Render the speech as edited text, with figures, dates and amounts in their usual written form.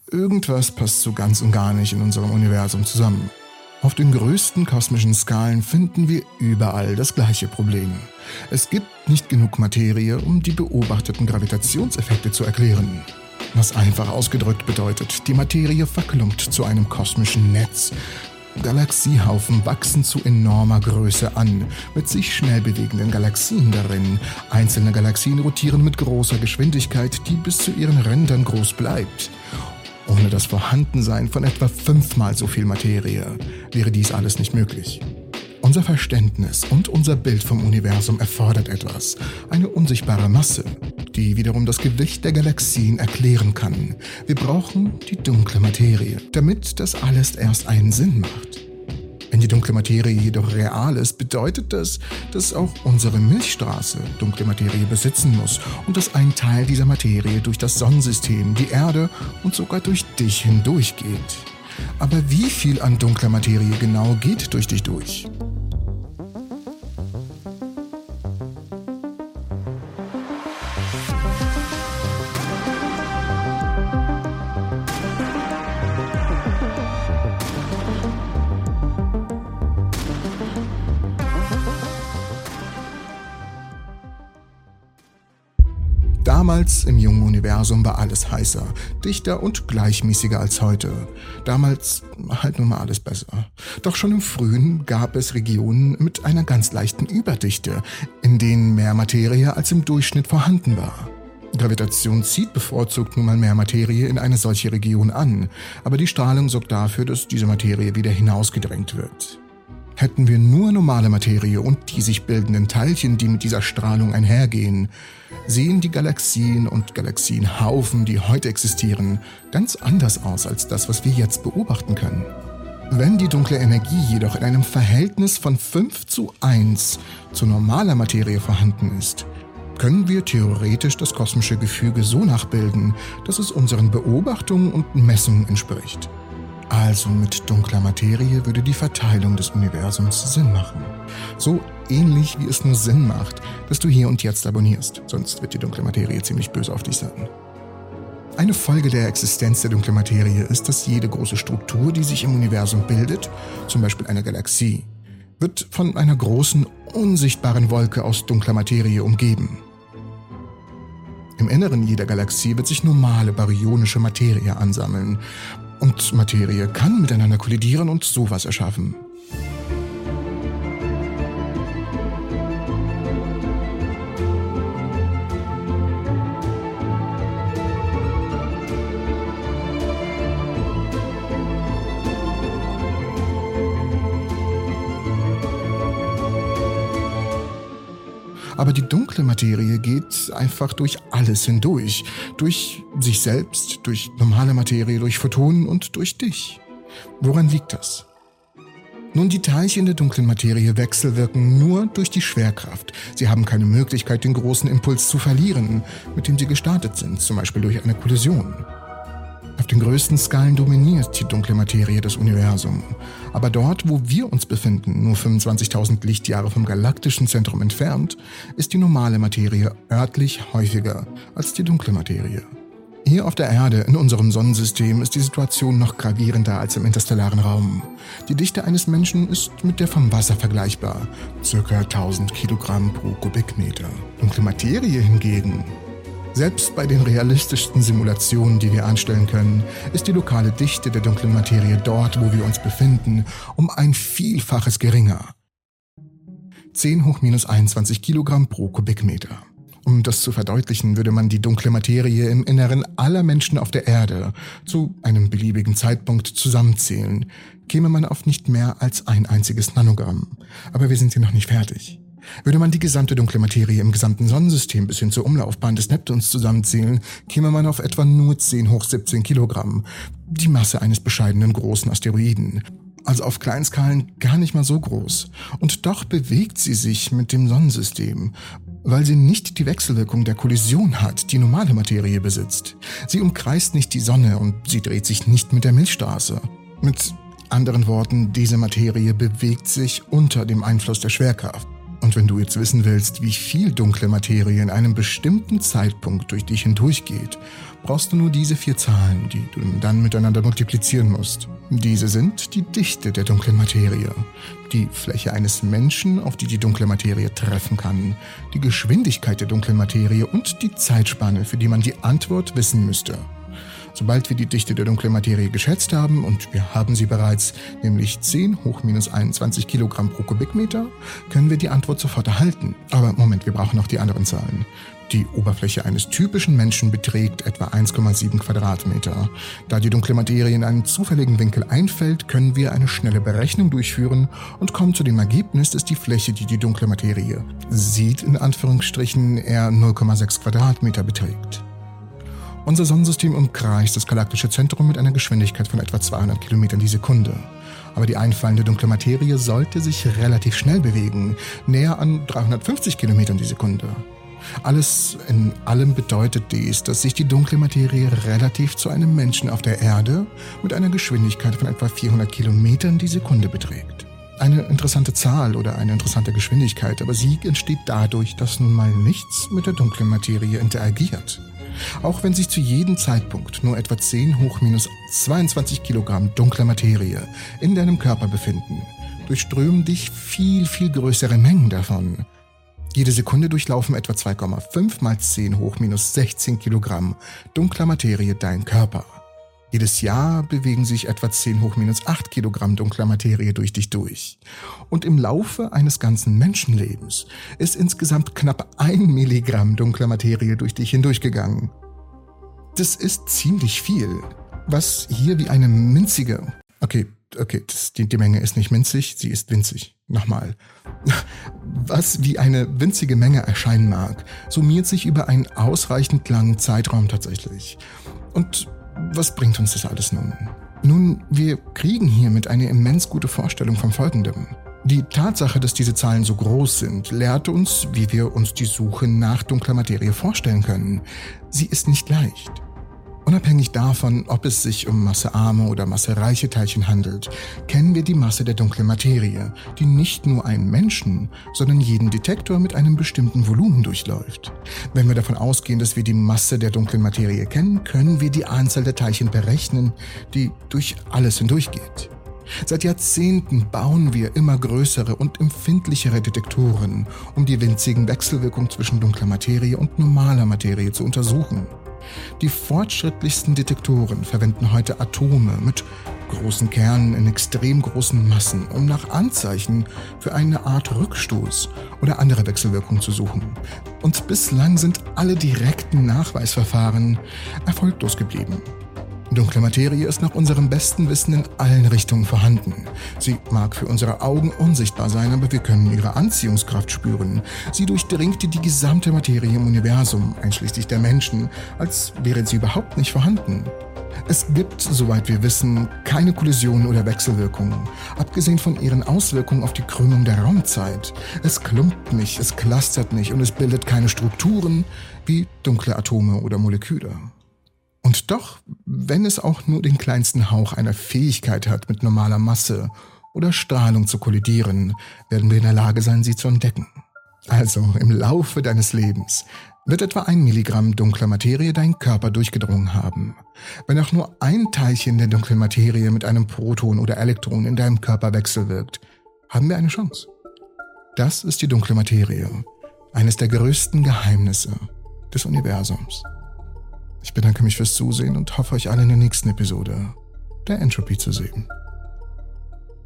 Irgendwas passt so ganz und gar nicht in unserem Universum zusammen. Auf den größten kosmischen Skalen finden wir überall das gleiche Problem. Es gibt nicht genug Materie, um die beobachteten Gravitationseffekte zu erklären. Was einfach ausgedrückt bedeutet, die Materie verklumpt zu einem kosmischen Netz. Galaxiehaufen wachsen zu enormer Größe an, mit sich schnell bewegenden Galaxien darin. Einzelne Galaxien rotieren mit großer Geschwindigkeit, die bis zu ihren Rändern groß bleibt. Ohne das Vorhandensein von etwa 5-mal so viel Materie wäre dies alles nicht möglich. Unser Verständnis und unser Bild vom Universum erfordert etwas, eine unsichtbare Masse, die wiederum das Gewicht der Galaxien erklären kann. Wir brauchen die dunkle Materie, damit das alles erst einen Sinn macht. Wenn die dunkle Materie jedoch real ist, bedeutet das, dass auch unsere Milchstraße dunkle Materie besitzen muss und dass ein Teil dieser Materie durch das Sonnensystem, die Erde und sogar durch dich hindurchgeht. Aber wie viel an dunkler Materie genau geht durch dich durch? Damals im jungen Universum war alles heißer, dichter und gleichmäßiger als heute. Damals halt nun mal alles besser. Doch schon im Frühen gab es Regionen mit einer ganz leichten Überdichte, in denen mehr Materie als im Durchschnitt vorhanden war. Gravitation zieht bevorzugt nun mal mehr Materie in eine solche Region an, aber die Strahlung sorgt dafür, dass diese Materie wieder hinausgedrängt wird. Hätten wir nur normale Materie und die sich bildenden Teilchen, die mit dieser Strahlung einhergehen, sehen die Galaxien und Galaxienhaufen, die heute existieren, ganz anders aus als das, was wir jetzt beobachten können. Wenn die dunkle Energie jedoch in einem Verhältnis von 5:1 zu normaler Materie vorhanden ist, können wir theoretisch das kosmische Gefüge so nachbilden, dass es unseren Beobachtungen und Messungen entspricht. Also mit dunkler Materie würde die Verteilung des Universums Sinn machen. So ähnlich wie es nur Sinn macht, dass du hier und jetzt abonnierst, sonst wird die dunkle Materie ziemlich böse auf dich sein. Eine Folge der Existenz der dunklen Materie ist, dass jede große Struktur, die sich im Universum bildet, zum Beispiel eine Galaxie, wird von einer großen, unsichtbaren Wolke aus dunkler Materie umgeben. Im Inneren jeder Galaxie wird sich normale baryonische Materie ansammeln. Und Materie kann miteinander kollidieren und sowas erschaffen. Aber die dunkle Materie geht einfach durch alles hindurch. Durch sich selbst, durch normale Materie, durch Photonen und durch dich. Woran liegt das? Nun, die Teilchen der dunklen Materie wechselwirken nur durch die Schwerkraft. Sie haben keine Möglichkeit, den großen Impuls zu verlieren, mit dem sie gestartet sind, zum Beispiel durch eine Kollision. Auf den größten Skalen dominiert die dunkle Materie das Universum. Aber dort, wo wir uns befinden, nur 25.000 Lichtjahre vom galaktischen Zentrum entfernt, ist die normale Materie örtlich häufiger als die dunkle Materie. Hier auf der Erde, in unserem Sonnensystem, ist die Situation noch gravierender als im interstellaren Raum. Die Dichte eines Menschen ist mit der vom Wasser vergleichbar, ca. 1000 Kilogramm pro Kubikmeter. Dunkle Materie hingegen, selbst bei den realistischsten Simulationen, die wir anstellen können, ist die lokale Dichte der dunklen Materie dort, wo wir uns befinden, um ein Vielfaches geringer. 10⁻21 Kilogramm pro Kubikmeter. Um das zu verdeutlichen, würde man die dunkle Materie im Inneren aller Menschen auf der Erde zu einem beliebigen Zeitpunkt zusammenzählen, käme man auf nicht mehr als ein einziges Nanogramm. Aber wir sind hier noch nicht fertig. Würde man die gesamte dunkle Materie im gesamten Sonnensystem bis hin zur Umlaufbahn des Neptuns zusammenzählen, käme man auf etwa nur 10⁻17 Kilogramm, die Masse eines bescheidenen großen Asteroiden. Also auf Kleinskalen gar nicht mal so groß. Und doch bewegt sie sich mit dem Sonnensystem, weil sie nicht die Wechselwirkung der Kollision hat, die normale Materie besitzt. Sie umkreist nicht die Sonne und sie dreht sich nicht mit der Milchstraße. Mit anderen Worten, diese Materie bewegt sich unter dem Einfluss der Schwerkraft. Und wenn du jetzt wissen willst, wie viel dunkle Materie in einem bestimmten Zeitpunkt durch dich hindurchgeht, brauchst du nur diese 4 Zahlen, die du dann miteinander multiplizieren musst. Diese sind die Dichte der dunklen Materie, die Fläche eines Menschen, auf die die dunkle Materie treffen kann, die Geschwindigkeit der dunklen Materie und die Zeitspanne, für die man die Antwort wissen müsste. Sobald wir die Dichte der dunklen Materie geschätzt haben, und wir haben sie bereits, nämlich 10 hoch minus 21 Kilogramm pro Kubikmeter, können wir die Antwort sofort erhalten. Aber Moment, wir brauchen noch die anderen Zahlen. Die Oberfläche eines typischen Menschen beträgt etwa 1,7 Quadratmeter. Da die dunkle Materie in einen zufälligen Winkel einfällt, können wir eine schnelle Berechnung durchführen und kommen zu dem Ergebnis, dass die Fläche, die die dunkle Materie sieht, in Anführungsstrichen eher 0,6 Quadratmeter beträgt. Unser Sonnensystem umkreist das galaktische Zentrum mit einer Geschwindigkeit von etwa 200 Kilometern die Sekunde. Aber die einfallende dunkle Materie sollte sich relativ schnell bewegen, näher an 350 Kilometern die Sekunde. Alles in allem bedeutet dies, dass sich die dunkle Materie relativ zu einem Menschen auf der Erde mit einer Geschwindigkeit von etwa 400 Kilometern die Sekunde beträgt. Eine interessante Zahl oder eine interessante Geschwindigkeit, aber sie entsteht dadurch, dass nun mal nichts mit der dunklen Materie interagiert. Auch wenn sich zu jedem Zeitpunkt nur etwa 10 hoch minus 22 Kilogramm dunkler Materie in deinem Körper befinden, durchströmen dich viel, viel größere Mengen davon. Jede Sekunde durchlaufen etwa 2,5 mal 10 hoch minus 16 Kilogramm dunkler Materie deinen Körper. Jedes Jahr bewegen sich etwa 10 hoch minus 8 Kilogramm dunkler Materie durch dich durch. Und im Laufe eines ganzen Menschenlebens ist insgesamt knapp 1 Milligramm dunkler Materie durch dich hindurchgegangen. Das ist ziemlich viel, was hier wie eine minzige... Okay, die Menge ist nicht minzig, sie ist winzig. Nochmal. Was wie eine winzige Menge erscheinen mag, summiert sich über einen ausreichend langen Zeitraum tatsächlich. Und was bringt uns das alles nun? Nun, wir kriegen hiermit eine immens gute Vorstellung vom Folgendem. Die Tatsache, dass diese Zahlen so groß sind, lehrt uns, wie wir uns die Suche nach dunkler Materie vorstellen können. Sie ist nicht leicht. Unabhängig davon, ob es sich um massearme oder massereiche Teilchen handelt, kennen wir die Masse der dunklen Materie, die nicht nur einen Menschen, sondern jeden Detektor mit einem bestimmten Volumen durchläuft. Wenn wir davon ausgehen, dass wir die Masse der dunklen Materie kennen, können wir die Anzahl der Teilchen berechnen, die durch alles hindurchgeht. Seit Jahrzehnten bauen wir immer größere und empfindlichere Detektoren, um die winzigen Wechselwirkungen zwischen dunkler Materie und normaler Materie zu untersuchen. Die fortschrittlichsten Detektoren verwenden heute Atome mit großen Kernen in extrem großen Massen, um nach Anzeichen für eine Art Rückstoß oder andere Wechselwirkungen zu suchen. Und bislang sind alle direkten Nachweisverfahren erfolglos geblieben. Dunkle Materie ist nach unserem besten Wissen in allen Richtungen vorhanden. Sie mag für unsere Augen unsichtbar sein, aber wir können ihre Anziehungskraft spüren. Sie durchdringt die gesamte Materie im Universum, einschließlich der Menschen, als wäre sie überhaupt nicht vorhanden. Es gibt, soweit wir wissen, keine Kollisionen oder Wechselwirkungen, abgesehen von ihren Auswirkungen auf die Krümmung der Raumzeit. Es klumpt nicht, es clustert nicht und es bildet keine Strukturen wie dunkle Atome oder Moleküle. Und doch, wenn es auch nur den kleinsten Hauch einer Fähigkeit hat, mit normaler Masse oder Strahlung zu kollidieren, werden wir in der Lage sein, sie zu entdecken. Also im Laufe deines Lebens wird etwa 1 Milligramm dunkler Materie deinen Körper durchgedrungen haben. Wenn auch nur ein Teilchen der dunklen Materie mit einem Proton oder Elektron in deinem Körper wechselwirkt, haben wir eine Chance. Das ist die dunkle Materie, eines der größten Geheimnisse des Universums. Ich bedanke mich fürs Zusehen und hoffe, euch alle in der nächsten Episode der Entropy zu sehen.